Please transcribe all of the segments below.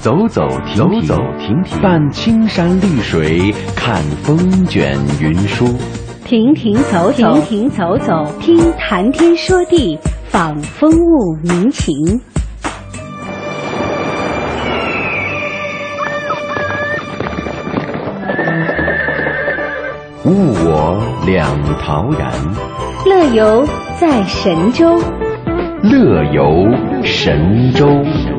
走走停停，伴青山绿水，看风卷云舒。 停停走走，听谈天说地，访风物民情。 物我两陶然， 乐游在神州。 乐游神州。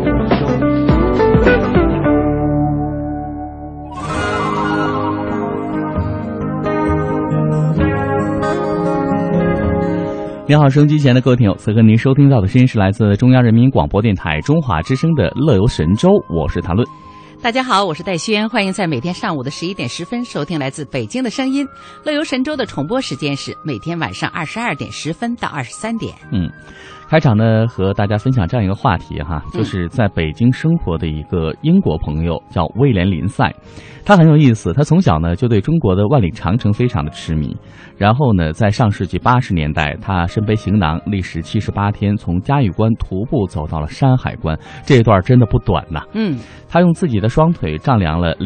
您好，收音机前的各位听友，此刻您收听到的声音是来自中央人民广播电台中华之声的乐游神州，我是谭论。 大家好，我是戴轩，欢迎在每天上午的11点10分收听来自北京的声音。乐游神州的重播时间是每天晚上22点10分到23点。 开场呢，和大家分享这样一个话题哈，就是在北京生活的一个英国朋友叫威廉林赛，他很有意思，他从小呢就对中国的万里长城非常的痴迷，然后呢，在上世纪80年代，他身背行囊，历时78天，从嘉峪关徒步走到了山海关，这一段真的不短呐。他用自己的双腿丈量了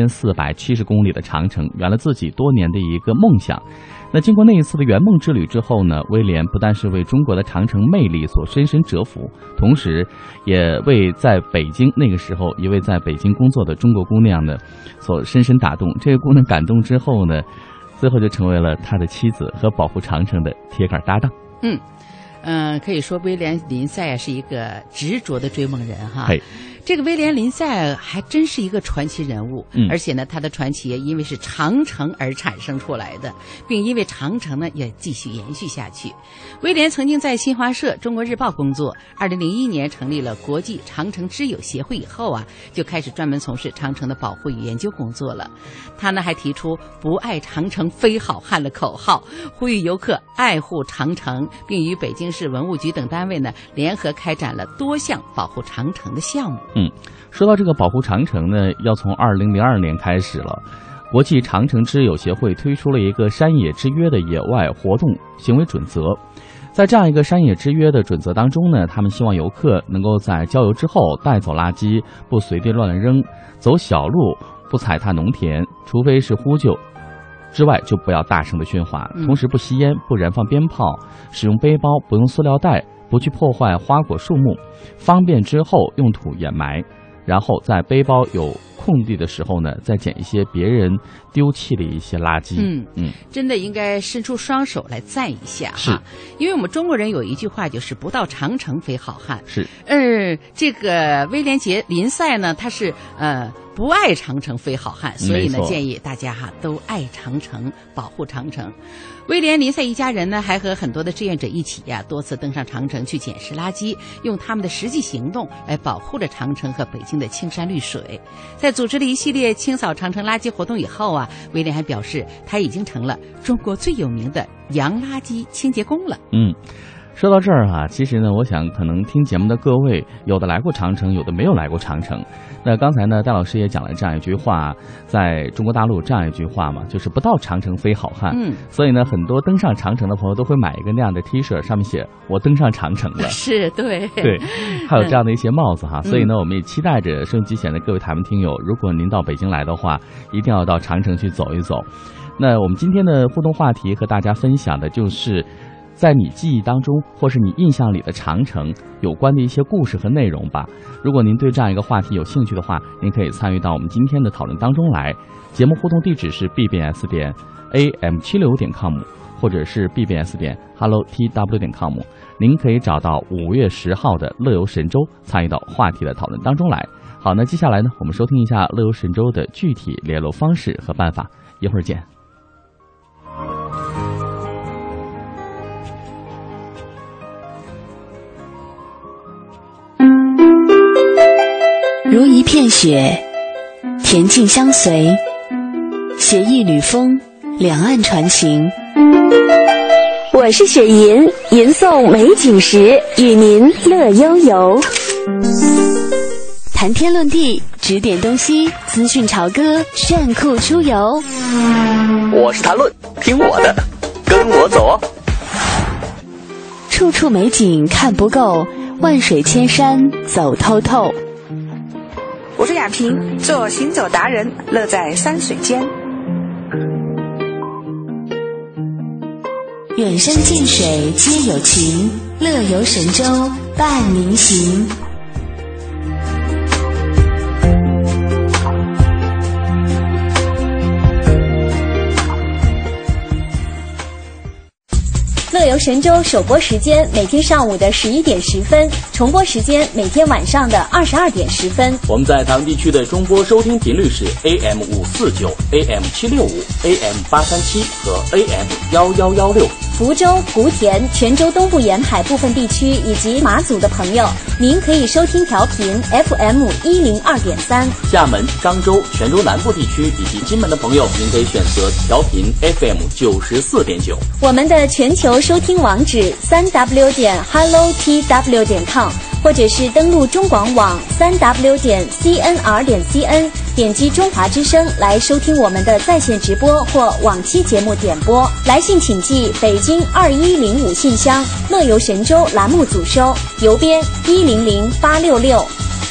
2470公里的长城，圆了自己多年的一个梦想。那经过那一次的圆梦之旅之后呢，威廉不但是为中国的长城魅力所深深折服，同时也为在北京那个时候一位在北京工作的中国姑娘呢所深深打动。这个姑娘感动之后呢，最后就成为了他的妻子和保护长城的铁杆搭档。 可以说威廉林赛是一个执着的追梦人哈。这个威廉林赛还真是一个传奇人物，而且呢，他的传奇因为是长城而产生出来的，并因为长城呢也继续延续下去。威廉曾经在新华社、中国日报工作，2001年成立了国际长城之友协会以后啊，就开始专门从事长城的保护与研究工作了。他呢还提出"不爱长城非好汉"的口号，呼吁游客爱护长城，并与北京市文物局等单位呢联合开展了多项保护长城的项目。 说到这个保护长城呢，要从2002年开始了。国际长城之友协会推出了一个山野之约的野外活动行为准则。在这样一个山野之约的准则当中呢，他们希望游客能够在郊游之后带走垃圾，不随地乱扔，走小路，不踩踏农田，除非是呼救之外就不要大声的喧哗，同时不吸烟，不燃放鞭炮，使用背包，不用塑料袋，不去破坏花果树木，方便之后用土掩埋，然后在背包有空地的时候呢，再捡一些别人丢弃的一些垃圾。 真的应该伸出双手来赞一下哈。 是， 因为我们中国人有一句话，就是不到长城非好汉。 是， 这个威廉林赛呢，他是不爱长城非好汉，所以呢建议大家都爱长城，保护长城。威廉林赛一家人呢还和很多的志愿者一起多次登上长城去捡拾垃圾，用他们的实际行动来保护着长城和北京的青山绿水。在组织了一系列清扫长城垃圾活动以后威廉还表示他已经成了中国最有名的洋垃圾清洁工了。 说到这儿其实呢，我想可能听节目的各位有的来过长城，有的没有来过长城。那刚才呢，戴老师也讲了这样一句话，在中国大陆这样一句话嘛，就是不到长城非好汉。所以呢，很多登上长城的朋友都会买一个那样的 T 恤，上面写我登上长城了。 是，对， 还有这样的一些帽子所以呢，我们也期待着收音机前的各位台湾听友，如果您到北京来的话，一定要到长城去走一走。那我们今天的互动话题和大家分享的就是在你记忆当中或是你印象里的长城有关的一些故事和内容吧。如果您对这样一个话题有兴趣的话，您可以参与到我们今天的讨论当中来。节目互动地址是 bbs.am765.com 或者是 bbs.hellotw.com， 您可以找到5月10号的乐游神州，参与到话题的讨论当中来。好，那接下来呢，我们收听一下乐游神州的具体联络方式和办法，一会儿见。 如一片雪，恬静相随，携一缕风，两岸传情。 我是雪吟，吟诵美景时，与您乐悠悠。 谈天论地，指点东西，资讯潮歌，炫酷出游。 我是谭论，听我的，跟我走哦。 处处美景看不够，万水千山走透透。 我是雅萍，做行走达人，乐在山水间。 远山近水皆有情，乐游神州伴您行。 乐游神州首播时间每天上午的11点10分，重播时间每天晚上的22点10分。 我们在台湾地区的中波收听频率是 AM549、AM765、AM837 和 AM1116。 福州、莆田、泉州东部沿海部分地区以及马祖的朋友，您可以收听调频 FM102.3。 厦门、漳州、泉州南部地区以及金门的朋友，您可以选择调频 FM94.9。 我们的全球收听网址3w.hellotw.com， 或者是登录中广网3w.cnr.cn， 点击中华之声来收听我们的在线直播或往期节目点播。来信请寄北京2105信箱，乐游神州栏目组收，邮编100866。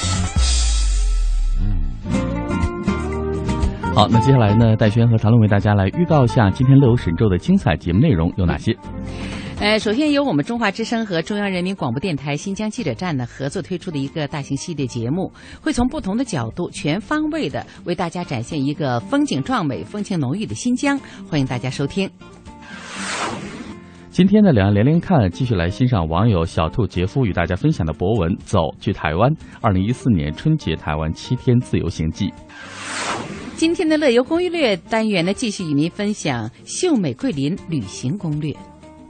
好，那接下来呢，戴轩和谭论为大家来预告一下今天乐游神州的精彩节目内容有哪些。 首先由我们中华之声和中央人民广播电台新疆记者站呢合作推出的一个大型系列节目，会从不同的角度全方位的为大家展现一个风景壮美、风情浓郁的新疆，欢迎大家收听。 今天的两岸连连看，继续来欣赏网友小兔杰夫与大家分享的博文《走去台湾2014年春节台湾7天自由行记》。 今天的乐游攻略单元呢，继续与您分享秀美桂林旅行攻略。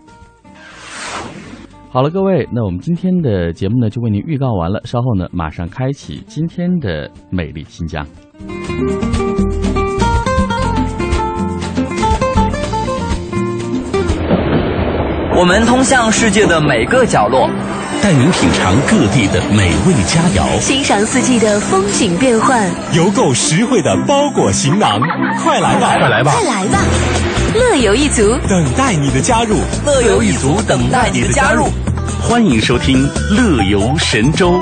好了，各位，那我们今天的节目呢就为您预告完了，稍后呢马上开启今天的美丽新疆。 我们通向世界的每个角落， 带您品尝各地的美味佳肴， 欣赏四季的风景变换， 邮购实惠的包裹行囊。快来吧，快来吧， 快来吧！乐游一族等待你的加入， 乐游一族等待你的加入。 欢迎收听乐游神州。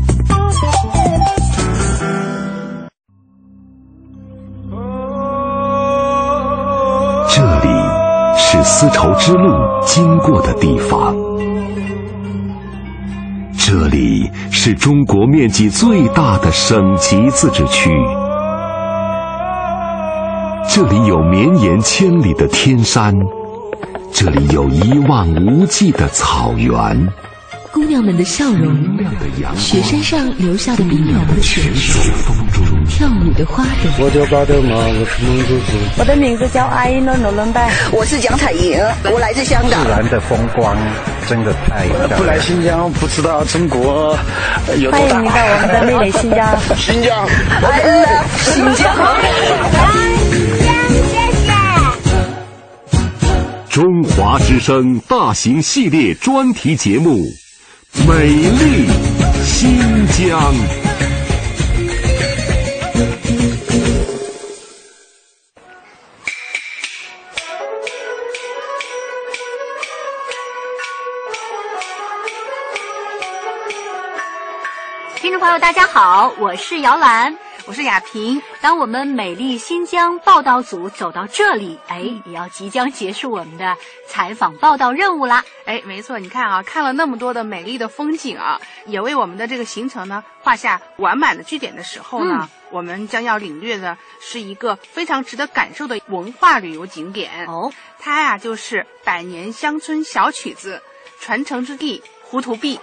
这里是丝绸之路经过的地方，这里是中国面积最大的省级自治区，这里有绵延千里的天山，这里有一望无际的草原， 姑娘们的笑容，雪山上留下的冰凉的泉水，跳舞的花朵。 我叫巴德玛，我是蒙古族。 我的名字叫阿依诺诺伦拜， 我是蒋彩莹，我来自香港。 自然的风光真的太漂亮，不来新疆不知道中国有多大。 欢迎你到我们的美丽新疆。 新疆， 来了，新疆。 中华之声大型系列专题节目《美丽新疆》。 听众朋友大家好，我是姚兰，我是雅萍。当我们美丽新疆报道组走到这里，也要即将结束我们的采访报道任务啦。 没错，你看啊，看了那么多的美丽的风景啊，也为我们的这个行程呢画下完满的句点的时候呢，我们将要领略的是一个非常值得感受的文化旅游景点哦，它呀就是百年乡村小曲子传承之地呼图壁。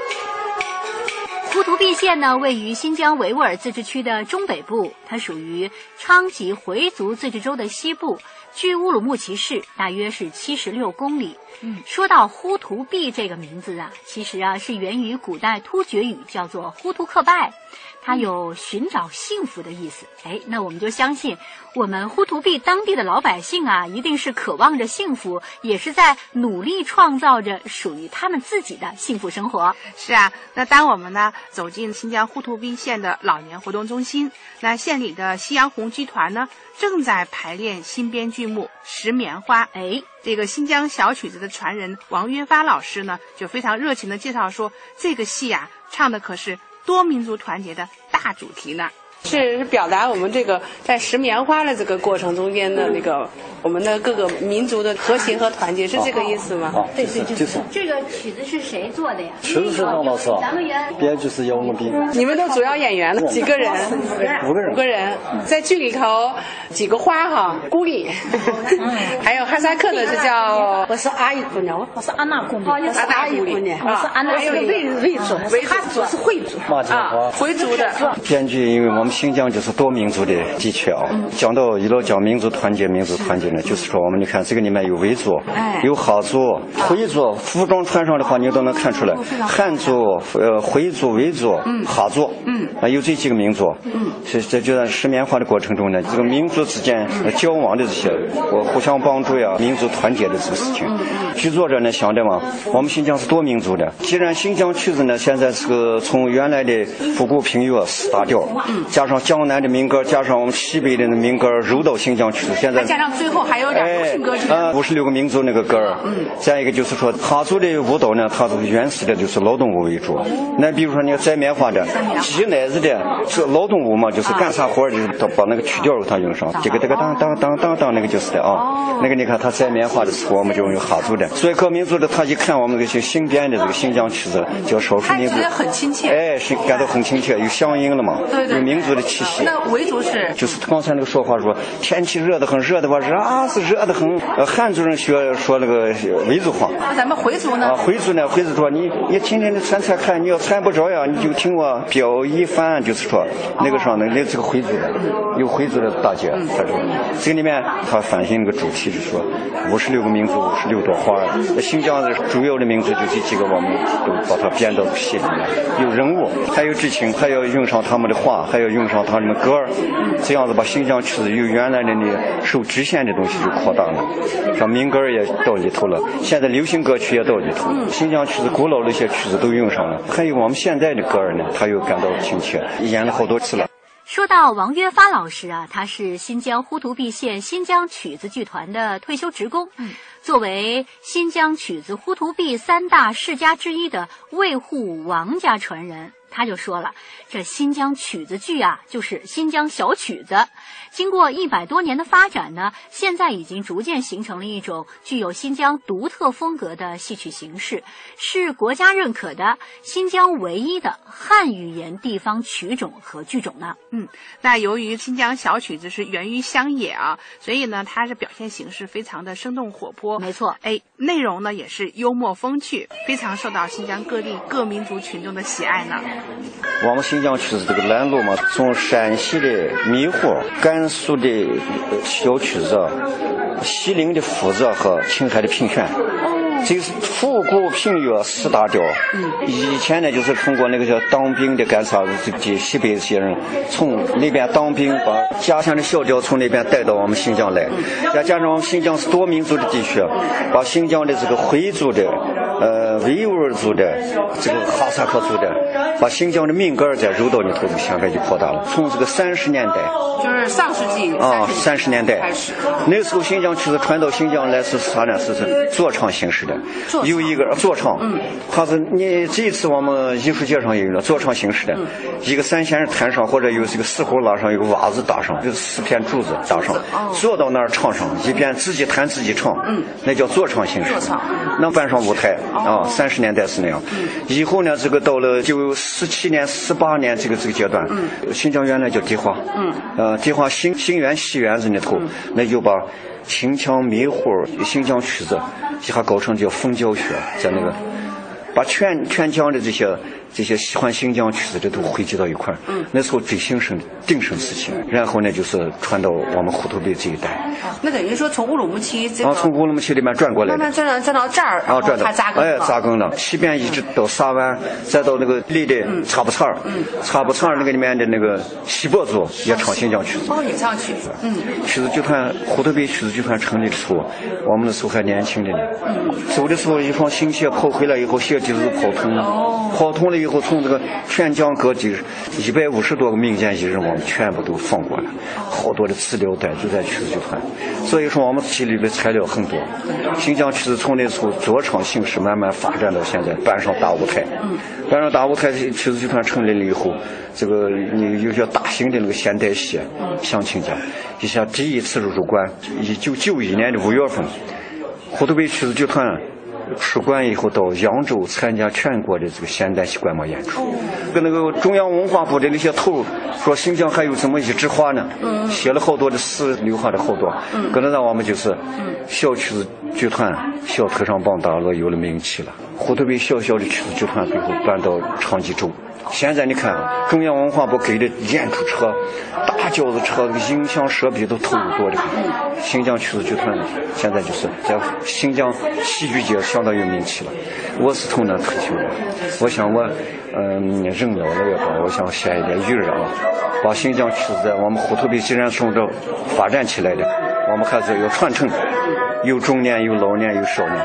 呼图壁县呢，位于新疆维吾尔自治区的中北部，它属于昌吉回族自治州的西部，距乌鲁木齐市大约是76公里。说到呼图壁这个名字啊，其实啊是源于古代突厥语，叫做呼图克拜，它有寻找幸福的意思。那我们就相信我们呼图壁当地的老百姓啊，一定是渴望着幸福，也是在努力创造着属于他们自己的幸福生活。 是啊，那当我们呢走进新疆呼图壁县的老年活动中心，那县里的夕阳红剧团呢正在排练新编剧目《石棉花》。这个新疆小曲子的传人王约发老师呢就非常热情地介绍说，这个戏啊唱的可是多民族团结的大大主题呢。是表达我们这个在拾棉花的这个过程中间的那个我们的各个民族的和谐和团结，是这个意思吗？ 对，就是这个曲子是谁做的呀？ 曲子是王老师，编剧是姚文斌。 你们都主要演员了，几个人？5个人，在剧里头几个花哈，孤里，还有哈萨克的是叫我是阿姨姑娘，我是安娜姑娘， 我是阿姨姑娘， 我是安娜维族，哈族是回族啊，回族的。 编剧因为我们新疆就是多民族的地区啊，讲到一路讲民族团结呢，就是说我们你看这个里面有维族，有哈族、回族，服装穿上的话你都能看出来，汉族、回族、维族、哈族，有这几个民族，这就在拾棉花的过程中呢，这个民族之间交往的这些互相帮助呀，民族团结的这个事情。剧作者呢想的嘛，我们新疆是多民族的，既然新疆曲子呢现在是个从原来的复古平乐4大调，加上江南的民歌，加上我们西北的民歌揉到新疆曲子，现在加上最后还有点流行歌曲 ，56个民族那个歌儿，再一个就是说哈族的舞蹈呢，它是原始的就是劳动舞为主。那比如说你要摘棉花的、系奶子的，这劳动舞嘛，就是干啥活就是把那个曲调它用上，这个当那个就是的啊。那个你看他摘棉花的时候，我们就用哈族的，所以各民族的他一看我们这些新编的这个新疆曲子，叫少数民族， 很亲切， 是感到很亲切，有乡音了嘛，有民族的气息。 那维族是就是刚才那个说话说天气热得很，热的话是热得很。汉族人说那个维族话。 那咱们回族呢？ 回族说你天天的穿看，你要穿不着呀，你就听我表一番，就是说那个上那这个回族的，有回族的大姐，他说这个里面他反映那个主题就是说56个民族56朵花，新疆的主要的民族就这几个，我们都把它编到戏里面，有人物，还有剧情，还要用上他们的话，还要用上他们的歌儿，这样子把新疆曲子由原来的那受局限的东西就扩大了，像民歌也到里头了，现在流行歌曲也到里头，新疆曲子古老的一些曲子都用上了，还有我们现在的歌儿呢，他又感到亲切，演了好多次了。 说到王约发老师啊，他是新疆呼图壁县新疆曲子剧团的退休职工，作为新疆曲子呼图壁3大世家之一的卫护王家传人，他就说了，这新疆曲子剧啊，就是新疆小曲子。经过100多年的发展呢，现在已经逐渐形成了一种具有新疆独特风格的戏曲形式，是国家认可的新疆唯一的汉语言地方曲种和剧种呢。 那由于新疆小曲子是源于乡野啊，所以呢，它是表现形式非常的生动活泼。 没错， 内容呢也是幽默风趣，非常受到新疆各地各民族群众的喜爱呢。 我们新疆曲子这个拦路嘛，从陕西的迷糊、甘肃的小曲子、西岭的府子和青海的平旋，这是复古平乐4大调。以前呢，就是通过那个叫当兵的干啥，这西北这些人从那边当兵，把家乡的小调从那边带到我们新疆来，再加上我们新疆是多民族的地区，把新疆的这个回族的、维吾尔族的、这个哈萨克族的，把新疆的民歌在揉到里头，现在就扩大了。从这个30年代， 就是上世纪 30年代开始，那时候新疆曲子传到新疆来是啥呢？是坐唱形式的，有一个坐唱，它是你这一次我们艺术节上也有了坐唱形式的，一个3弦弹上，或者有这个4胡拉上，有个瓦子搭上，就是4片柱子搭上，坐到那儿唱上，一边自己弹自己唱，那叫坐唱形式。能搬上舞台30年代是那样。以后呢，这个到了就17年、18年这个阶段，新疆原来叫迪化，迪化新园戏园子里头，那就把秦腔、迷糊、新疆曲子一下搞成叫风教学，在那个把全疆的这些喜欢新疆曲子的都汇集到一块儿。那时候最兴盛的鼎盛时期，然后呢就是传到我们呼图壁这一带。 那等于说从乌鲁木齐从乌鲁木齐里面转过来的， 慢慢转到这儿， 转到它扎根了。 西边一直到沙湾，再到那个离的察布查尔，察布查尔那个里面的那个锡伯族也唱新疆曲子。 也唱曲子。 曲子剧团呼图壁曲子剧团成立的时候，我们那时候还年轻的呢。走的时候一双新鞋跑回来以后，鞋底子跑通了了以后，从这个全疆各地150多个民间艺人，我们全部都放过了，好多的资料带就在曲子剧团。所以说我们戏里的材料很多。新疆曲子从那时候作唱形式慢慢发展到现在搬上大舞台，搬上大舞台，曲子剧团成立了以后，这个你有些大型的那个现代戏，像秦家，一下第一次入关，1991年的5月份，虎头埤曲子剧团出关以后到扬州参加全国的这个现代戏观摩演出，跟那个中央文化部的那些头说新疆还有这么一枝花呢，写了好多的诗，留下了好多，跟着让我们就是小曲子剧团小腿上傍大鹅有了名气了。虎头埤小小的曲子剧团最后搬到长吉州。现在你看中央文化部给的演出车、大轿子车、音响设备都投入多的很。新疆曲子剧团现在就是在新疆戏剧界相当有名气了。我是从那退休的，我想我人老了也好，我想写一点艺人啊，把新疆曲子在我们虎头埤既然从这发展起来的，我们还是要传承，有中年、有老年、有少年。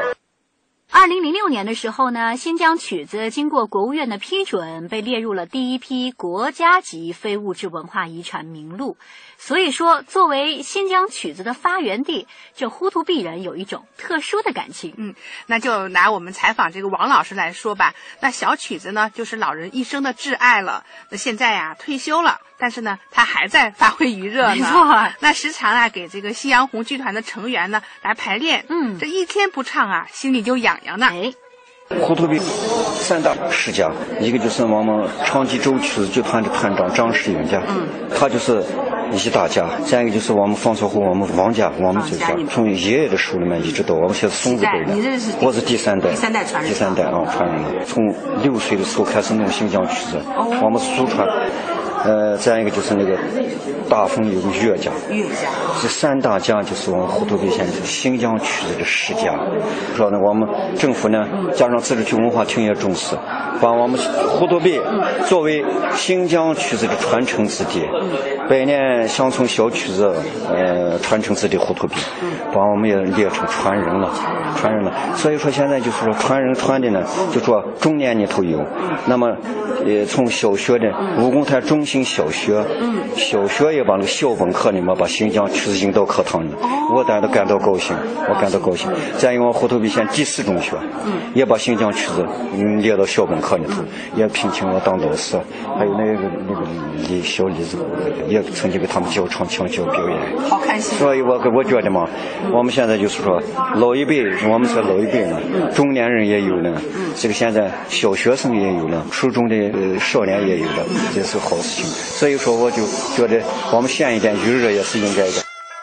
2006年的时候呢，新疆曲子经过国务院的批准，被列入了第一批国家级非物质文化遗产名录。所以说，作为新疆曲子的发源地，这呼图壁人有一种特殊的感情。 那就拿我们采访这个王老师来说吧。那小曲子呢，就是老人一生的挚爱了。那现在呀，退休了，但是呢，他还在发挥余热呢。 没错。 那时常啊，给这个夕阳红剧团的成员呢来排练。这一天不唱啊，心里就痒痒呢。 虎头埤3大世家，一个就是我们长吉州曲子剧团的团长张世云家，他就是一大家；再一个就是我们方少虎，我们王家，我们这家从爷爷的手里面一直到我们现在孙子辈的，我是第三代啊，传人了。从6岁的时候开始弄新疆曲子，我们祖传。再一个就是那个大丰有个岳家，这3大家就是我们虎头埤县新疆曲子的世家。说呢，我们政府呢加上自治区文化厅也重视，把我们虎头埤作为新疆曲子的传承之地，百年乡村小曲子传承之地虎头埤，把我们也列成传人了。所以说现在就是说传人传的呢，就说中年里头有，那么从小学的武功台中心小学，小学也把那个校本课里面把新疆曲子引到课堂里，我感到高兴。再因为虎头埤县第4中学，也把新疆曲子列到校本课里头，也聘请我当老师，还有那个小李子也曾经给他们教唱腔教表演， 好开心。 所以我觉得嘛，我们现在就是说老一辈，我们是老一辈呢，中年人也有了，这个现在小学生也有了，初中的少年也有了，这是好事情。所以说我就觉得我们献一点余热也是应该的。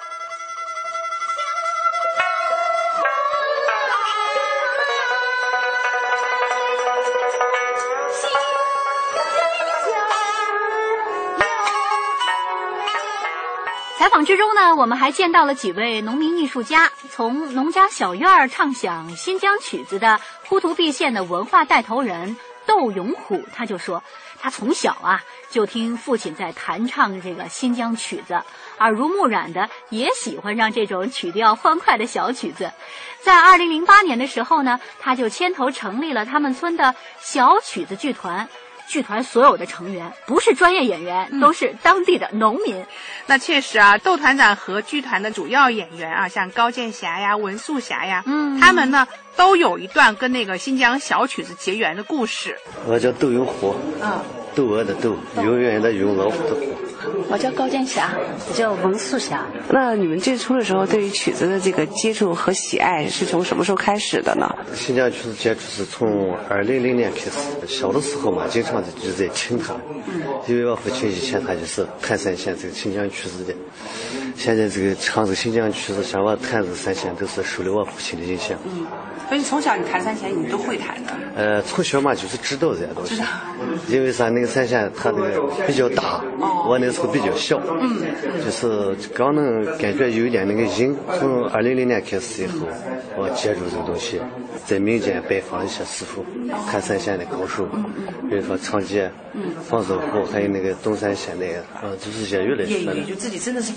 采访之中呢，我们还见到了几位农民艺术家。从农家小院唱响新疆曲子的呼图壁县的文化带头人窦永虎，他就说，他从小就听父亲在弹唱这个新疆曲子，耳濡目染的也喜欢上这种曲调欢快的小曲子。在2008年的时候呢，他就牵头成立了他们村的小曲子剧团。剧团所有的成员不是专业演员，都是当地的农民。 那确实啊，窦团长和剧团的主要演员啊，像高建霞呀、文素霞呀，他们呢都有一段跟那个新疆小曲子结缘的故事。 我叫窦永虎，窦娥的窦，永远的永，老虎的虎。 我叫高建霞，我叫文素霞。 那你们最初的时候对于曲子的这个接触和喜爱是从什么时候开始的呢？ 新疆曲子接触是从2000年开始，小的时候嘛，经常就在听它，因为我父亲以前他就是弹3弦这个新疆曲子的，现在这个唱这个新疆曲子，像我弹这3弦都是受了我父亲的影响。 所以从小你弹3弦你都会弹的？ 从小嘛就是知道这些东西，因为啥那个3弦它那个比较大，我那时候比较小，就是刚能感觉有一点那个音。从2000年开始以后，我接触这个东西，在民间拜访一些师傅，弹3弦的高手，比如说长吉、方少虎，还有那个东山县那个，就是些乐来学的。 就自己真的是非常喜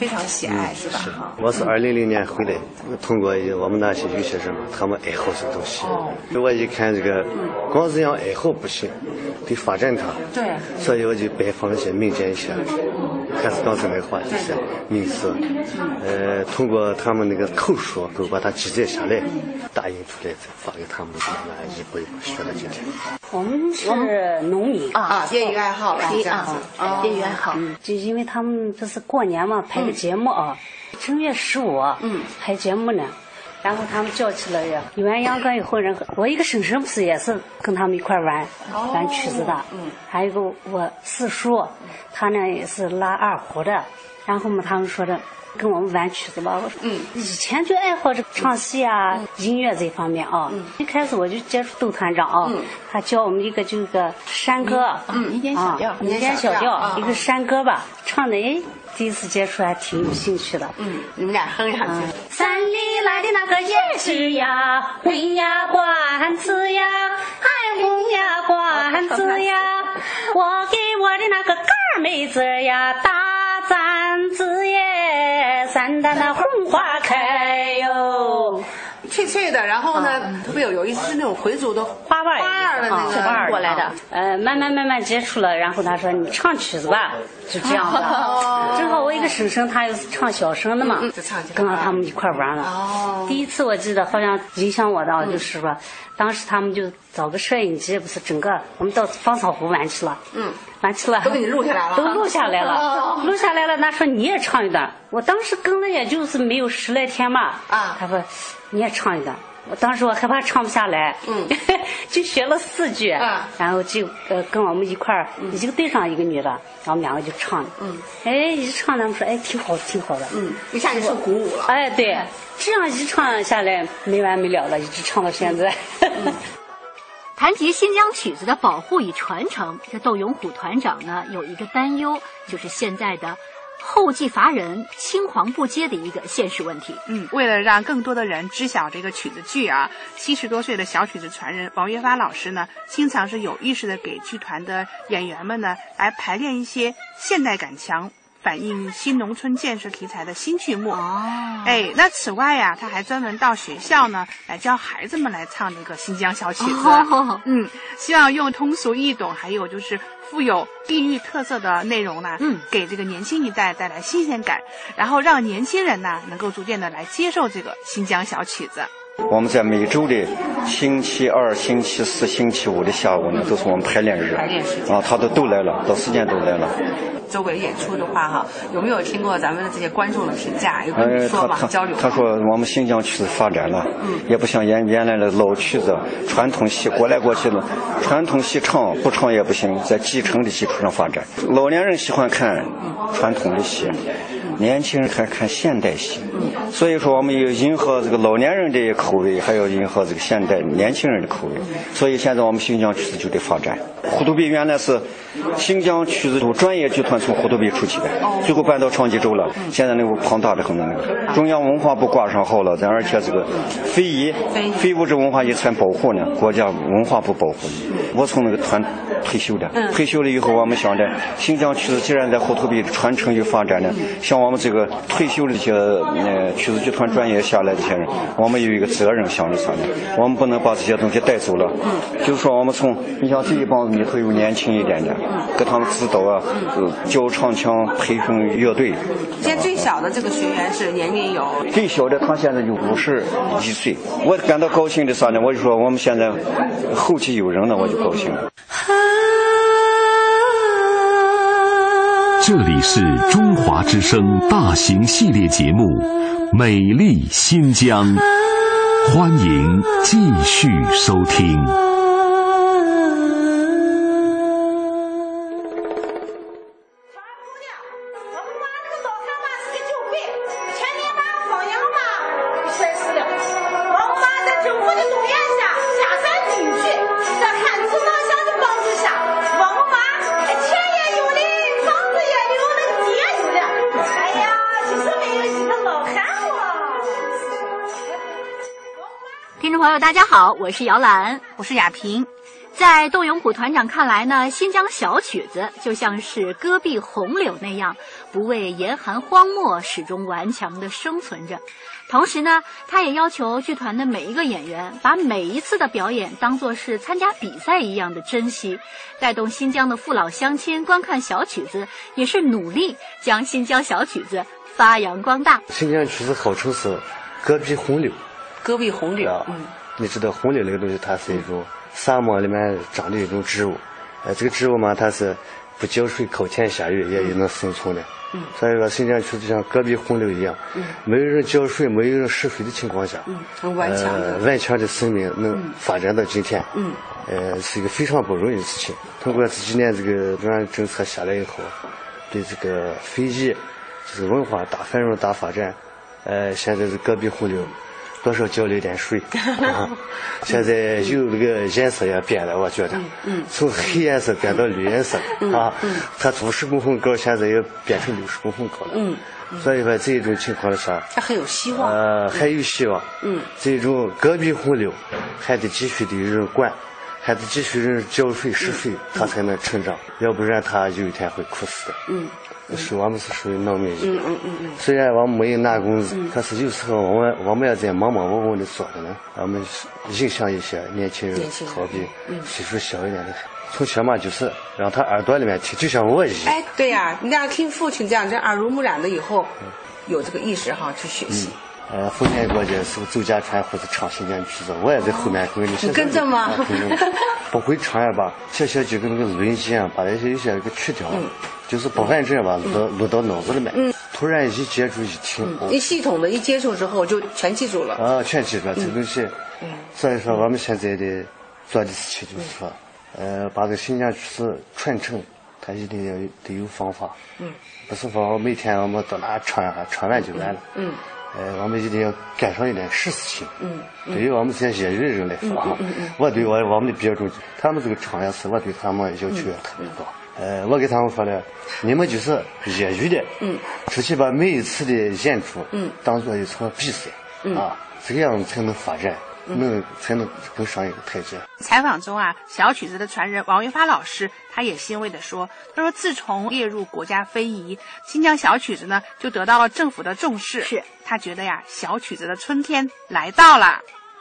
喜爱是吧？ 是，我是2000年回来，通过我们那些有些人嘛，他们爱好这个东西。我一看这个，光是养爱好不行，得发展它。 对。 所以我就拜访一些民间一些，还是刚才那话，就是名师，通过他们那个口述，都把它记载下来，打印出来，再发给他们，慢慢一步一步学到今天。 我们是农民业余爱好是这样子， 业余爱好。就因为他们这是过年嘛，拍个节目啊，正月15，拍节目呢。然后他们叫起来呀，有完秧歌以后人，我一个婶婶不是也是跟他们一块玩曲子的，还有一个我四叔，他呢也是拉二胡的，然后嘛他们说的跟我们玩曲子吧，我说以前就爱好这唱戏啊，音乐这方面啊，一开始我就接触窦团长啊，他教我们一个这个山歌， 民间小调， 民间小调，一个山歌吧，唱的第一次接触还挺有兴趣的。 你们俩哼上去。 山里来的那个野狮呀，混呀管子呀，还混呀管子呀，我给我的那个干妹子呀打簪子耶，山的那红花开哟。 脆脆的，然后呢，特别有意思，是那种回族的花瓣的那个花过来的。 慢慢接触了，然后他说你唱曲子吧，就这样的。正好我一个婶婶，她又是唱小生的嘛，跟着他们一块玩了。第一次我记得好像影响我的就是说，当时他们就找个摄影机，不是整个我们到芳草湖玩去了。玩去了， 都给你录下来了， 都录下来了，录下来了。他说你也唱一段，我当时跟了也就是没有10来天嘛。他说你也唱一段，我当时我害怕唱不下来，就学了4句，然后就跟我们一块儿，一个队上一个女的，然后我们2个就唱，一唱他们说挺好的， 一下就受鼓舞了， 对，这样一唱下来没完没了了，一直唱到现在。 谈及新疆曲子的保护与传承，这窦永虎团长呢有一个担忧，就是现在的后继乏人、青黄不接的一个现实问题。 为了让更多的人知晓这个曲子剧啊，70多岁的小曲子传人王月发老师呢，经常是有意识的给剧团的演员们呢来排练一些现代感强、反映新农村建设题材的新剧目。那此外呀，他还专门到学校呢来教孩子们来唱这个新疆小曲子。希望用通俗易懂，还有就是富有地域特色的内容呢，给这个年轻一代带来新鲜感，然后让年轻人呢能够逐渐的来接受这个新疆小曲子。 我们在每周的星期2、星期4、星期5的下午呢，都是我们排练日。他都来了，到时间都来了。 周围演出的话哈，有没有听过咱们的这些观众的评价？有跟你说吗？交流。 他说我们新疆曲子发展了，也不像原来的老曲子、传统戏过来过去了，传统戏唱不唱也不行，在继承的基础上发展。老年人喜欢看传统的戏，年轻人还看现代戏，所以说我们要迎合这个老年人的口味，还要迎合这个现代年轻人的口味。所以现在我们新疆曲子就得发展。虎头鼻原来是新疆曲子专业剧团从虎头鼻出去的，最后搬到长吉州了。现在那个庞大的很，那个中央文化部挂上号了，而且这个非物质文化遗产保护呢，国家文化部保护。我从那个团退休的，退休了以后，我们想着新疆曲子既然在虎头鼻传承与发展呢，像我们这个退休的这些曲子剧团专业下来这些人，我们有一个责任想着啥呢？我们不能把这些东西带走了。就是说我们你像这一帮子里头有年轻一点的，给他们指导啊，教唱腔、培训乐队。 现在最小的这个学员是年龄有？ 最小的他现在就51岁。我感到高兴的啥呢？我就说我们现在后继有人了，我就高兴了。 这里是中华之声大型系列节目《美丽新疆》，欢迎继续收听。 听众朋友大家好，我是姚兰， 我是雅萍。 在窦永普团长看来呢，新疆小曲子就像是戈壁红柳那样，不畏严寒荒漠，始终顽强地生存着。同时呢，他也要求剧团的每一个演员把每一次的表演当作是参加比赛一样的珍惜，带动新疆的父老乡亲观看小曲子，也是努力将新疆小曲子发扬光大。 新疆曲子号称是戈壁红柳， 戈壁红柳， 你知道红柳那个东西，它是一种沙漠里面长的一种植物，这个植物嘛，它是不浇水、靠天下雨也能生存的。所以说新疆曲子像戈壁红柳一样，没有人浇水、没有人施水的情况下，顽强的生命能发展到今天，是一个非常不容易的事情。通过这几年这个中央政策下来以后，对这个非遗就是文化大繁荣、大发展，现在是戈壁红柳。多少浇了一点水，现在有那个颜色也变了，我觉得，从黑颜色变到绿颜色它50公分高，现在也变成60公分高了，所以说这种情况下， 它很有希望， 还有希望，这种戈壁红柳还得继续的有人管，还得继续人浇水施水，它才能成长，要不然它有一天会枯死的。是我们是属于农民，虽然我们没有拿工资，可是有时候我们要在忙忙活活的做的呢，我们影响一些年轻人，好比岁数小一点的，从小嘛就是让他耳朵里面听，就像我一样。 对呀，你要听父亲这样，这耳濡目染的以后，有这个意识去学习。 后面过去是走家传或者唱新疆曲子，我也在后面跟你。 你跟着吗？ 不会唱也罢，小就跟那个录音机一样，把那些有些给去掉了。就是不完整吧，录到脑子里面。突然一接触一听， 你系统的一接触之后就全记住了。 全记住了这东西。所以说我们现在的做的事情就是说，把这个新疆曲子传承，它一定得有方法。不是说每天我们到哪唱一下，唱完就完了。我们一定要赶上一点实事情。对于我们这些业余的人来说，我对我们的标准，他们这个唱也是，我对他们要求也特别高。我给他们说了，你们就是业余的，出去把每一次的演出，当做一场比赛，这个样才能发展，才能更上一个台阶。 采访中小曲子的传人王云发老师，他也欣慰地说，他说自从列入国家非遗，新疆小曲子呢就得到了政府的重视，他觉得小曲子的春天来到了。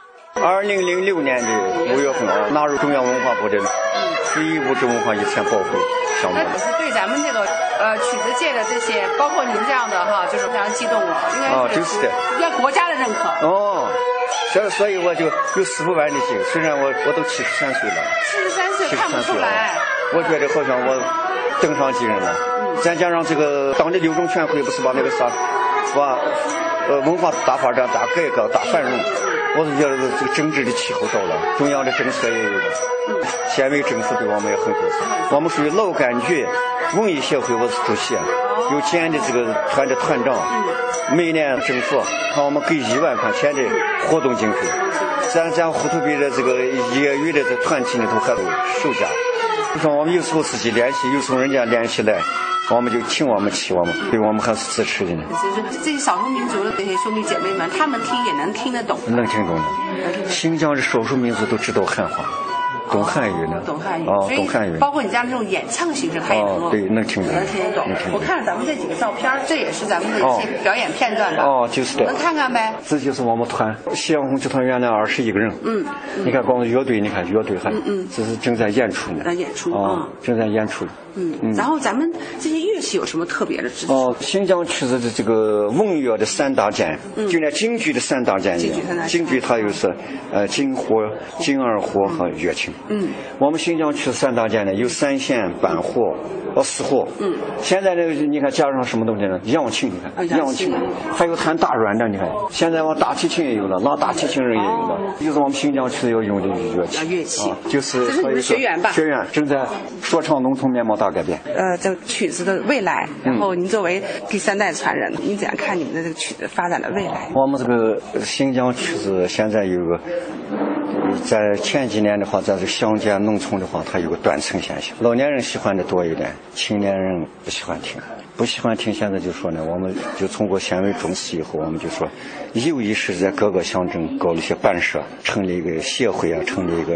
2006年的5月份纳入中央文化部的非遗物质文化遗产保护项目。 我是对咱们这个曲子界的这些，包括您这样的就是非常激动了，应该就是的， 要国家的认可。 所以我就有4不完的心，虽然我都73岁了 ，73岁看不出来， 我觉得好像我登上继任了。再加上这个党的6中全会不是把那个文化大发展、大改革、大繁荣，我是觉得这个政治的气候到了，中央的政策也有了，县委政府对我们也很重视。我们属于老感觉文艺协会，我是主席，有钱的这个团的团长，每年政府看我们给1万块钱的活动经费，咱胡同边的这个业余的这团体里头还有售价。说我们有时候自己联系，有时候人家联系来，我们就请我们，对我们还是支持的呢。 就是这些少数民族的这些兄弟姐妹们，他们听也能听得懂。 能听懂的。新疆的少数民族都知道汉话。懂汉语呢？ 懂汉语懂汉语。 包括你这样这种演唱形式，他也能对，能听懂， 能听得懂。我看了咱们这几个照片，这也是咱们的一些表演片段的。 就是的。 能看看呗？ 这就是我们团夕阳红剧团原来21个人。你看光乐队，你看乐队还，这是正在演出呢。正在演出。 然后咱们这些乐器有什么特别的知识？ 新疆曲子的这个文乐的3大件，就连京剧的3大件一样。京剧它又是京火、京二胡和乐琴。我们新疆曲子3大件呢，有3弦、板火、4火。现在呢，你看加上什么东西呢？扬琴，你看扬琴，还有弹大软的，你看现在大提琴也有了，拉大提琴人也有了，就是我们新疆曲子要用的乐器。就是这是你们学员吧？ 学员正在说唱农村面貌大改变。 这曲子的未来，然后您作为第3代传人，您怎样看你们的这个曲子发展的未来？ 我们这个新疆曲子现在有个，在前几年的话，在这乡间农村的话，它有个断层现象，老年人喜欢的多一点，青年人不喜欢听。不喜欢听，现在就说呢，我们就通过县委重视以后，我们就说有意识在各个乡镇搞了一些办社，成立一个协会成立一个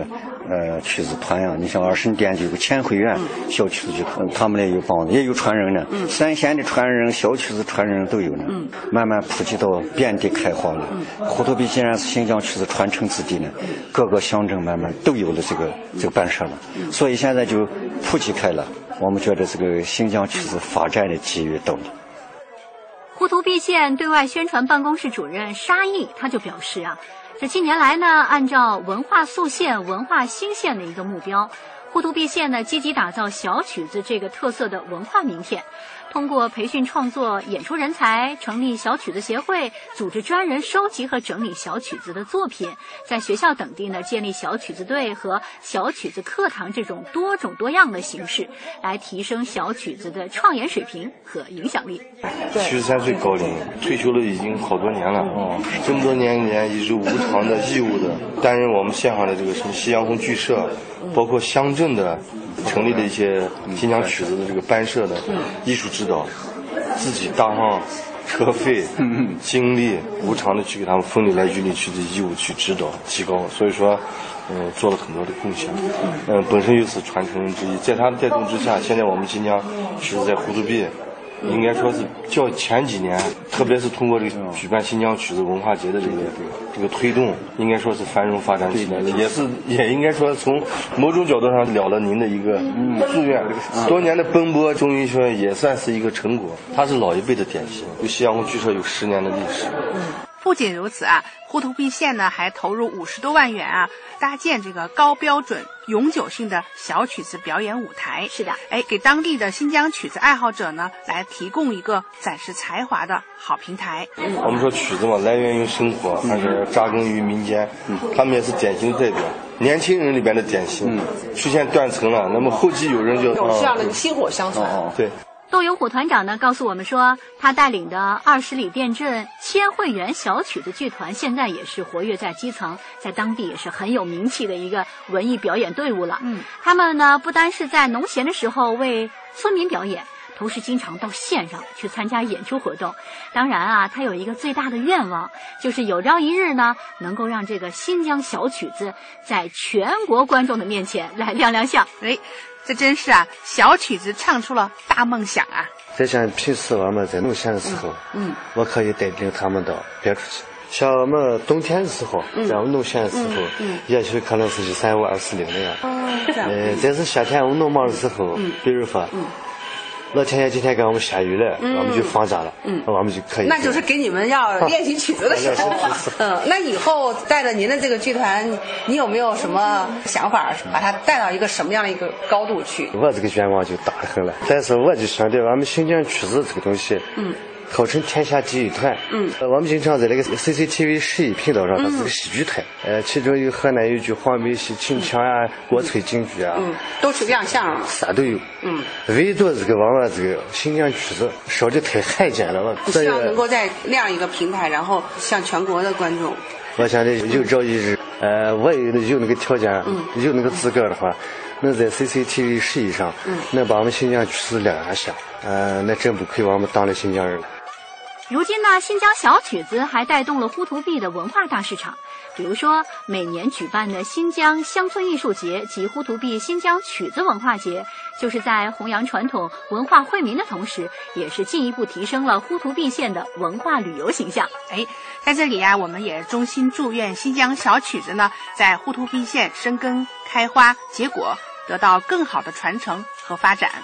曲子团呀，你像二神殿就有个前会院小曲子剧团，他们那有帮子，也有传人呢。三线的传人、小曲子传人都有呢。慢慢普及到遍地开花了。呼图壁既然是新疆曲子传承之地呢，各个乡镇慢慢都有了这个办事了，所以现在就普及开了。我们觉得这个新疆曲子发展的机遇到了。 呼图壁县对外宣传办公室主任沙毅他就表示啊，这近年来呢，按照文化塑县、文化兴县的一个目标，呼图壁县呢积极打造小曲子这个特色的文化名片，通过培训创作演出人才，成立小曲子协会，组织专人收集和整理小曲子的作品，在学校等地呢建立小曲子队和小曲子课堂这种多种多样的形式，来提升小曲子的创研水平和影响力。 73岁高龄，退休了已经好多年了。这么多年间一直无偿的义务的担任我们县上的这个什么夕阳红剧社，包括乡镇的成立的一些新疆曲子的这个班社的艺术指导，自己搭上车费、精力，无偿的去给他们风里来雨里去的义务去指导提高，所以说做了很多的贡献。本身又是传承人之一，在他的带动之下，现在我们新疆曲子在呼图壁应该说是较前几年，特别是通过这个举办新疆曲子文化节的这个推动，应该说是繁荣发展起来的，也应该说从某种角度上了了您的一个夙愿。多年的奔波，终于说也算是一个成果。它是老一辈的典型，就夕阳红剧社有10年的历史。 不仅如此啊，呼图壁县呢还投入50多万元啊，搭建这个高标准、永久性的小曲子表演舞台。 是的， 给当地的新疆曲子爱好者呢，来提供一个展示才华的好平台。 我们说曲子嘛，来源于生活，而且扎根于民间，他们也是典型代表。年轻人里边的典型，出现断层了，那么后继有人就有这样的薪火相传。 对。 窦永虎团长呢告诉我们说，他带领的20里店镇千会园小曲子剧团现在也是活跃在基层，在当地也是很有名气的一个文艺表演队伍了。他们呢不单是在农闲的时候为村民表演，同时经常到县上去参加演出活动。当然啊，他有一个最大的愿望，就是有朝一日呢能够让这个新疆小曲子在全国观众的面前来亮亮相。 这真是啊，小曲子唱出了大梦想啊！ 在像平时我们在农闲的时候，我可以带领他们到别处去。像我们冬天的时候，在我们农闲的时候，也许可能是15、26那样。但是夏天我们农忙的时候，比如说。老天爷今天给我们下雨了，我们就放假了，我们就可以。 那就是给你们要练习曲子的时候了。那以后带着您的这个剧团，你有没有什么想法，把它带到一个什么样的一个高度去？ 我这个愿望就大得很了，但是我就想着我们新疆曲子这个东西，号称天下第一团。我们经常在那个 CCTV 11频道上，它是个戏剧台。其中有河南豫剧、黄梅戏、秦腔啊、国粹京剧啊， 都去亮相了， 啥都有。唯独这个我们这个新疆曲子烧的太罕见了。 希望能够再亮一个平台，然后向全国的观众。 我想着有朝一日，我有那个条件，有那个资格的话，能在 CCTV 11上，能把我们新疆曲子亮下，那真不愧我们当了新疆人了。 如今呢，新疆小曲子还带动了呼图壁的文化大市场。比如说，每年举办的新疆乡村艺术节及呼图壁新疆曲子文化节，就是在弘扬传统文化惠民的同时，也是进一步提升了呼图壁县的文化旅游形象。 在这里啊，我们也衷心祝愿新疆小曲子呢，在呼图壁县生根开花结果，得到更好的传承和发展。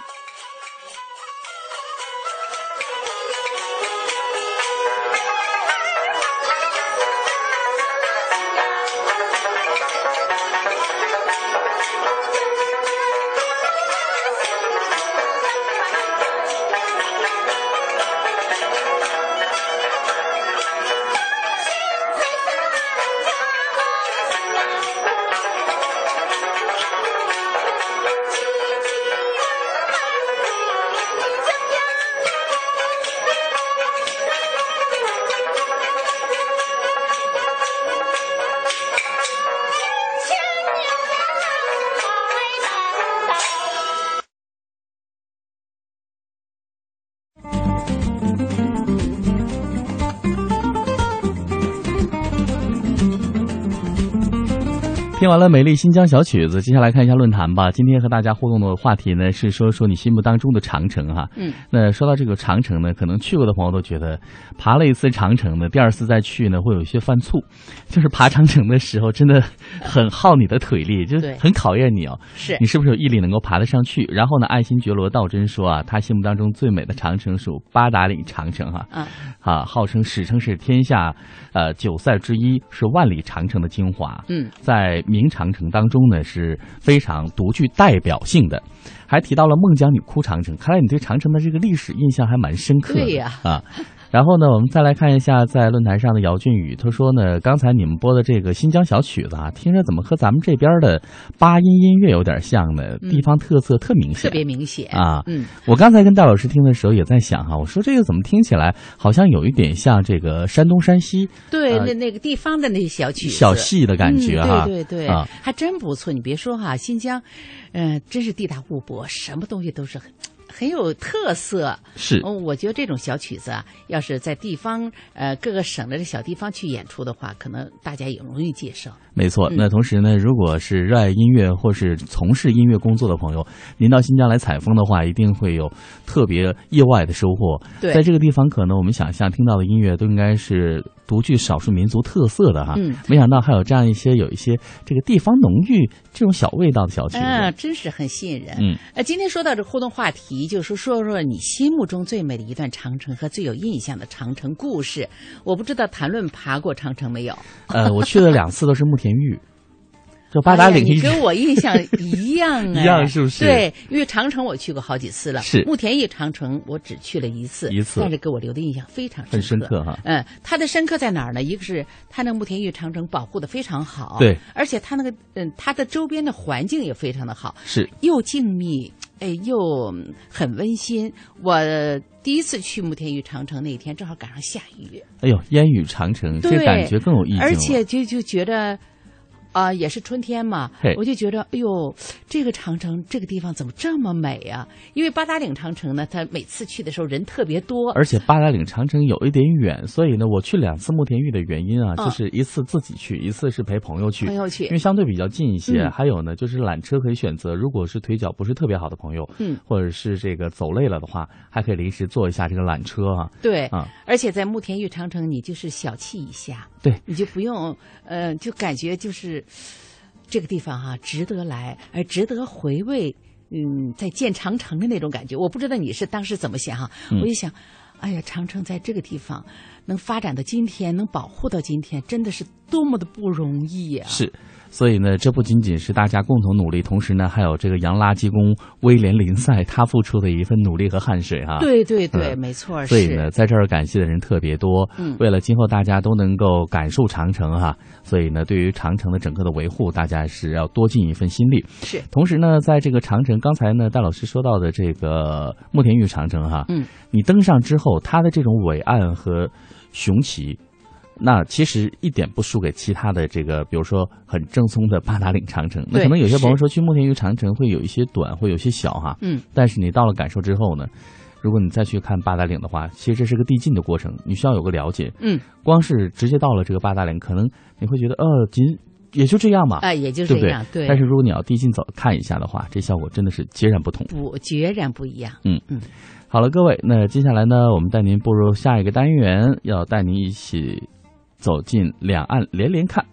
听完了美丽新疆小曲子，接下来看一下论坛吧。今天和大家互动的话题呢是说说你心目当中的长城哈。那说到这个长城呢，可能去过的朋友都觉得爬了一次长城呢，第二次再去呢会有一些犯怵，就是爬长城的时候真的很耗你的腿力，就是很考验你哦。 是你是不是有毅力能够爬得上去？然后呢，爱新觉罗道真说啊，他心目当中最美的长城属八达岭长城哈。号称史称是天下9塞之一，是万里长城的精华。在明长城当中呢是非常独具代表性的，还提到了孟姜女哭长城，看来你对长城的这个历史印象还蛮深刻的。 对呀然后呢，我们再来看一下在论坛上的姚俊宇，他说呢，刚才你们播的这个新疆小曲子啊，听着怎么和咱们这边的八音音乐有点像呢？地方特色特明显， 特别明显啊。我刚才跟戴老师听的时候也在想哈，我说这个怎么听起来好像有一点像这个山东山西对那个地方的那些小曲子小戏的感觉哈。 对还真不错。你别说哈，新疆真是地大物博，什么东西都是很有特色。 是我觉得这种小曲子啊，要是在地方各个省的小地方去演出的话，可能大家也容易接受。 没错，那同时呢，如果是热爱音乐或是从事音乐工作的朋友，您到新疆来采风的话，一定会有特别意外的收获。 对， 在这个地方，可能我们想象听到的音乐都应该是独具少数民族特色的哈。没想到还有这样有一些这个地方浓郁这种小味道的小曲子， 真是很吸引人。今天说到这互动话题，就是说你心目中最美的一段长城和最有印象的长城故事。我不知道谈论爬过长城没有？ 我去了2次，都是慕田峪。就八达岭， 你跟我印象一样一样是不是？ 对，因为长城我去过好几次了， 是慕田峪长城我只去了一次，但是给我留的印象非常很深刻哈。 它的深刻在哪儿呢？一个是它那慕田峪长城保护的非常好， 对， 而且它那个它的周边的环境也非常的好， 是又静谧，又很温馨。我第一次去慕田峪长城那天正好赶上下雨， 哎呦，烟雨长城，这感觉更有意境了， 而且就觉得。也是春天嘛，我就觉得，哎呦，这个长城这个地方怎么这么美啊？因为八达岭长城呢，它每次去的时候人特别多， 而且八达岭长城有一点远，所以呢，我去2次慕田峪的原因啊，就是一次自己去，一次是陪朋友去，因为相对比较近一些。还有呢，就是缆车可以选择，如果是腿脚不是特别好的朋友，或者是这个走累了的话，还可以临时坐一下这个缆车啊。 对而且在慕田峪长城，你就是小憩一下， 对， 你就不用就感觉就是这个地方哈，值得来，值得回味。在建长城的那种感觉，我不知道你是当时怎么想哈。我就想，哎呀，长城在这个地方能发展到今天，能保护到今天，真的是多么的不容易呀！ 是。所以呢，这不仅仅是大家共同努力，同时呢，还有这个洋垃圾工威廉林赛他付出的一份努力和汗水哈。 对对对，没错。 所以呢，在这儿感谢的人特别多。为了今后大家都能够感受长城哈，所以呢，对于长城的整个的维护，大家是要多尽一份心力。 是。 同时呢，在这个长城，刚才呢，戴老师说到的这个慕田峪长城哈，你登上之后，它的这种伟岸和雄奇。那其实一点不输给其他的这个，比如说很正宗的八达岭长城。那可能有些朋友说去慕田峪长城会有一些短，会有些小哈。但是你到了感受之后呢，如果你再去看八达岭的话，其实这是个递进的过程，你需要有个了解。光是直接到了这个八达岭，可能你会觉得也就这样嘛， 也就这样，对。 但是如果你要递进走看一下的话，这效果真的是截然不同， 截然不一样。 好了，各位，那接下来呢，我们带您步入下一个单元，要带您一起走进两岸连连看。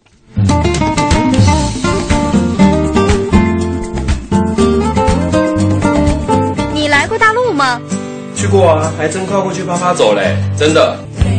你来过大陆吗？ 去过啊，还真跨过去啪啪走嘞，真的。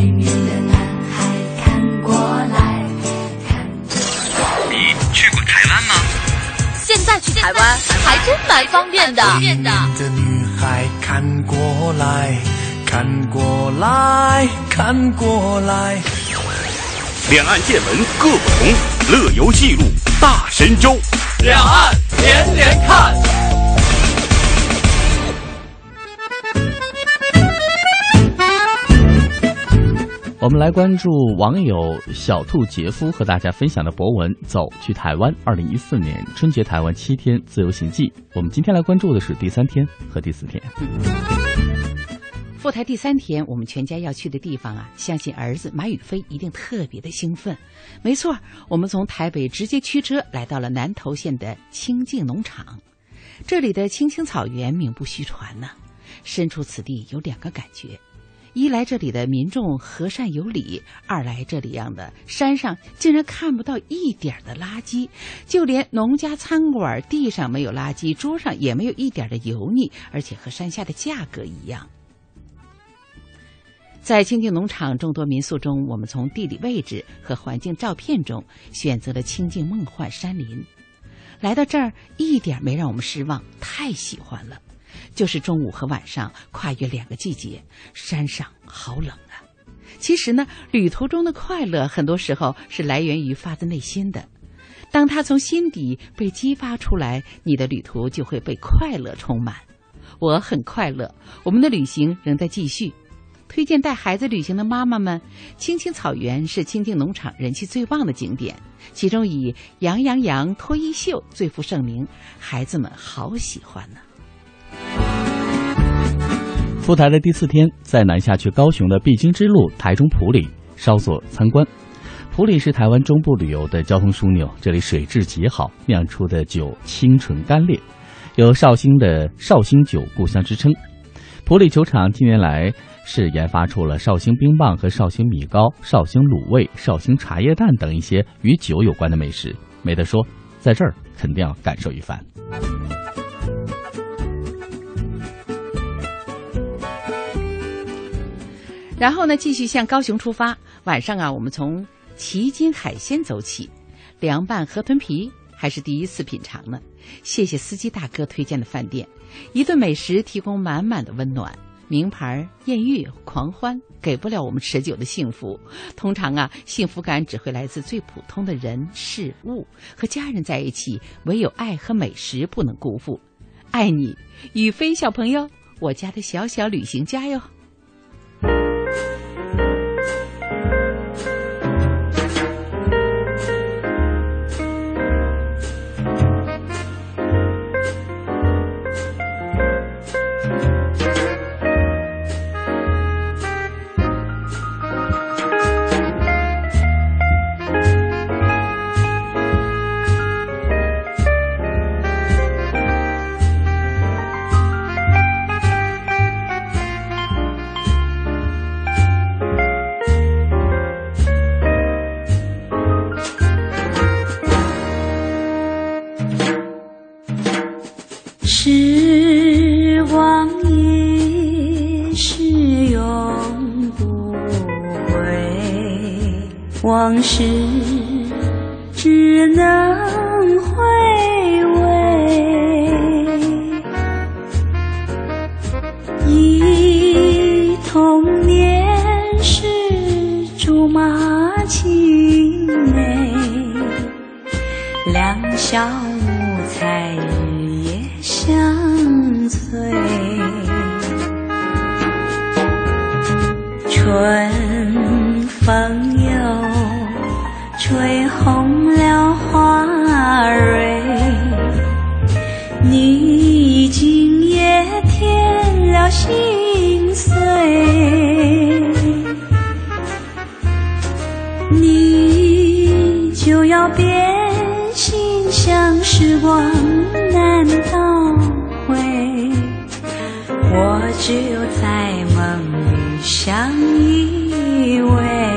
你去过台湾吗？ 现在去台湾还真蛮方便的。 的女孩看过来，看过来，看过来。 两岸见闻各不同，乐游记录大神州。 两岸连连看。 我们来关注网友小兔杰夫和大家分享的博文《走去台湾2014年春节台湾7天自由行记》。我们今天来关注的是第3天和第4天。 赴台第3天，我们全家要去的地方啊，相信儿子马宇飞一定特别的兴奋。没错，我们从台北直接驱车来到了南投县的清境农场。这里的青青草原名不虚传呢。身处此地有2个感觉：一来这里的民众和善有礼，二来这里样的山上竟然看不到一点的垃圾，就连农家餐馆地上没有垃圾，桌上也没有一点的油腻，而且和山下的价格一样。在清境农场众多民宿中，我们从地理位置和环境照片中选择了清境梦幻山林。来到这儿一点没让我们失望，太喜欢了。就是中午和晚上跨越2个季节，山上好冷啊。其实呢，旅途中的快乐很多时候是来源于发自内心的。当它从心底被激发出来，你的旅途就会被快乐充满。我很快乐，我们的旅行仍在继续。推荐带孩子旅行的妈妈们，青青草原是清境农场人气最旺的景点，其中以羊羊羊脱衣秀最负盛名，孩子们好喜欢呢。 赴台的第4天，在南下去高雄的必经之路台中埔里稍作参观。埔里是台湾中部旅游的交通枢纽，这里水质极好，酿出的酒清纯干烈，有绍兴的绍兴酒故乡之称。埔里酒厂近年来是研发出了绍兴冰棒和绍兴米糕、绍兴卤味、绍兴茶叶蛋等一些与酒有关的美食，没得说，在这儿肯定要感受一番。 然后呢，继续向高雄出发。晚上啊，我们从旗津海鲜走起，凉拌河豚皮还是第一次品尝呢。谢谢司机大哥推荐的饭店，一顿美食提供满满的温暖。名牌、艳遇、狂欢给不了我们持久的幸福。通常啊，幸福感只会来自最普通的人事物。和家人在一起，唯有爱和美食不能辜负。爱你，宇飞小朋友，我家的小小旅行家哟。 时光也是永不回，往事只能回味，忆童年时竹马青梅，两小无猜相随，春风又吹红了花蕊，你今也添了心碎，你就要变心，像时光难倒回，我只有在梦里相依偎。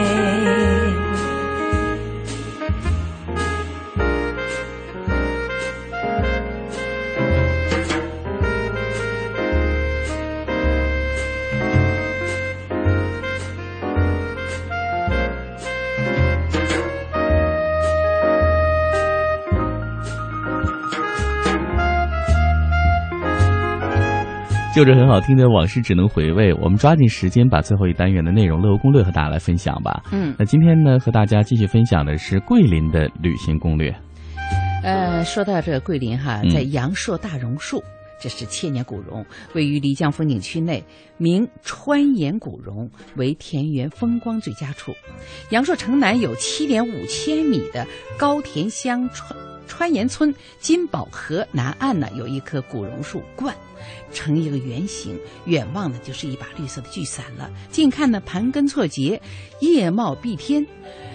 就着很好听的往事只能回味，我们抓紧时间把最后一单元的内容乐游攻略和大家来分享吧。那今天呢，和大家继续分享的是桂林的旅行攻略。 说到这个桂林哈，在阳朔大榕树， 这是千年古榕，位于漓江风景区内，名川岩古榕，为田园风光最佳处。阳朔城南有7.5千米的高田乡川岩村金宝河南岸呢，有一棵古榕树冠，呈一个圆形，远望呢就是一把绿色的巨伞了。近看呢盘根错节，叶茂蔽天。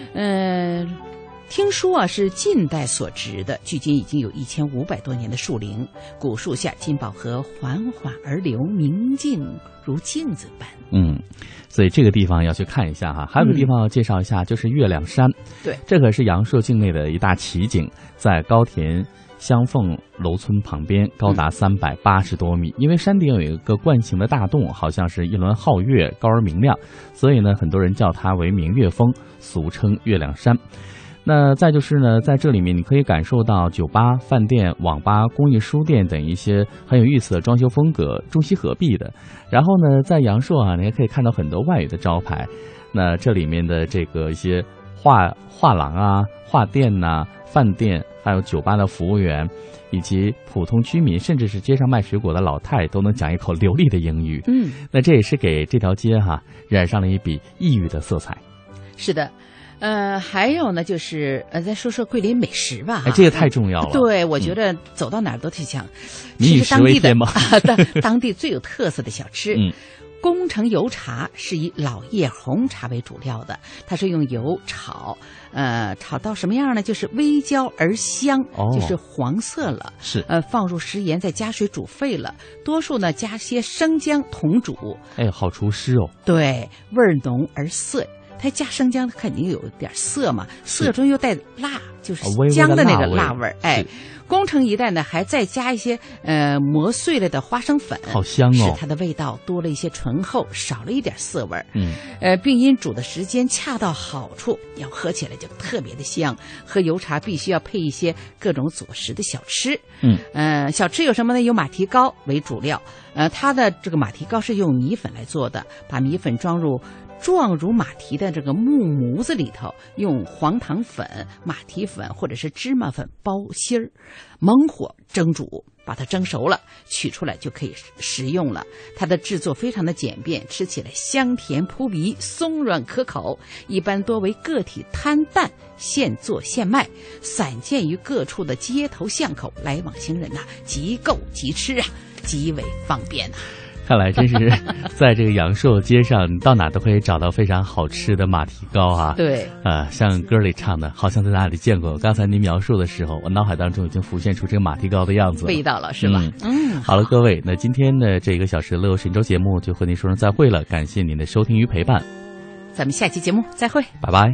听说啊是近代所植的，距今已经有1500多年的树龄。古树下金宝河缓缓而流，明净如镜子般。 所以这个地方要去看一下哈。还有个地方要介绍一下，就是月亮山。 对， 这可是阳朔境内的一大奇景，在高田香凤楼村旁边，高达380多米。因为山顶有一个惯性的大洞，好像是一轮皓月，高而明亮，所以呢，很多人叫它为明月峰，俗称月亮山。那再就是呢，在这里面你可以感受到酒吧、饭店、网吧、公益书店等一些很有意思的装修风格，中西合璧的。然后呢，在阳朔啊，你还可以看到很多外语的招牌。那这里面的这个一些画廊啊、画店呐、饭店，还有酒吧的服务员，以及普通居民，甚至是街上卖水果的老太，都能讲一口流利的英语。那这也是给这条街染上了一笔异域的色彩。 是的。还有呢，就是再说说桂林美食吧。 这个太重要了。 对，我觉得走到哪儿都挺想吃当地的当地最有特色的小吃。宫城油茶是以老叶红茶为主料的，它是用油炒，炒到什么样呢？就是微焦而香，就是黄色了。 是， 放入食盐，再加水煮沸了。多数呢加些生姜同煮。 好除湿哦。 对，味儿浓而涩。它加生姜，它肯定有点涩嘛，涩中又带辣，就是姜的那个辣味儿。宫城一带呢，还再加一些磨碎了的花生粉， 好香哦， 使它的味道多了一些醇厚，少了一点涩味儿。并因煮的时间恰到好处，要喝起来就特别的香。喝油茶必须要配一些各种佐食的小吃。小吃有什么呢？有马蹄糕为主料，它的这个马蹄糕是用米粉来做的，把米粉装入状如马蹄的这个木模子里头，用黄糖粉、马蹄粉或者是芝麻粉包芯儿，猛火蒸煮，把它蒸熟了，取出来就可以食用了。它的制作非常的简便，吃起来香甜扑鼻，松软可口。一般多为个体摊担，现做现卖，散见于各处的街头巷口，来往行人即购即吃极为方便看来真是在这个阳朔街上，你到哪都可以找到非常好吃的马蹄糕对， 像歌里唱的，好像在哪里见过。刚才您描述的时候，我脑海当中已经浮现出这个马蹄糕的样子， 味道了，是吧？ 好了，各位，那今天的这1个小时乐游神州节目就和您说声再会了，感谢您的收听与陪伴， 咱们下期节目再会， 拜拜。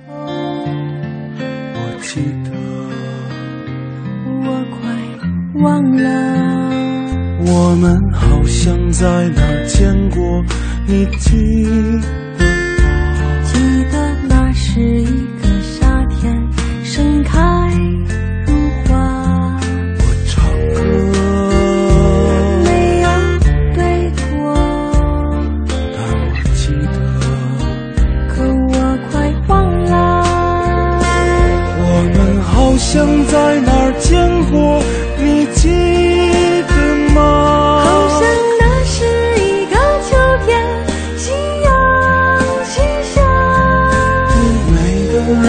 我记得，我快忘了。我们好像在哪儿见过，你记得吗？ 记得那是一个夏天，盛开如花。 我唱歌没有对过， 但我记得， 可我快忘了。 我们好像在哪儿见过，你记得吗？ 好像那是一个秋天，夕阳西下。 你美的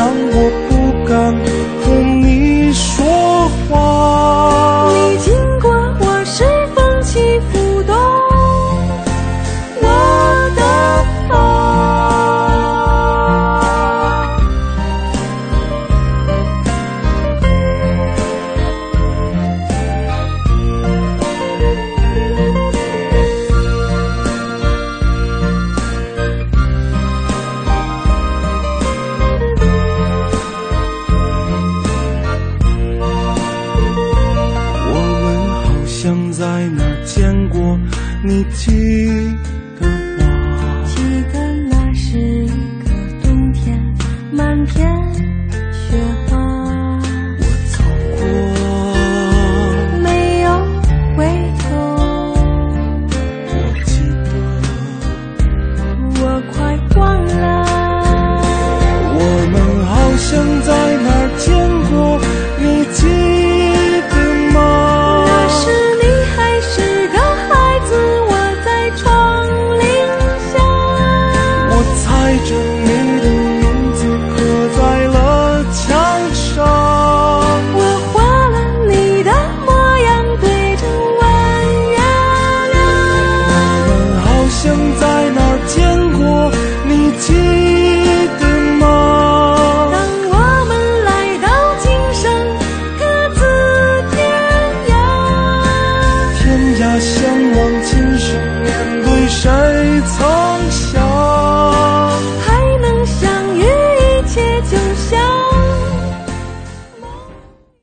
谁曾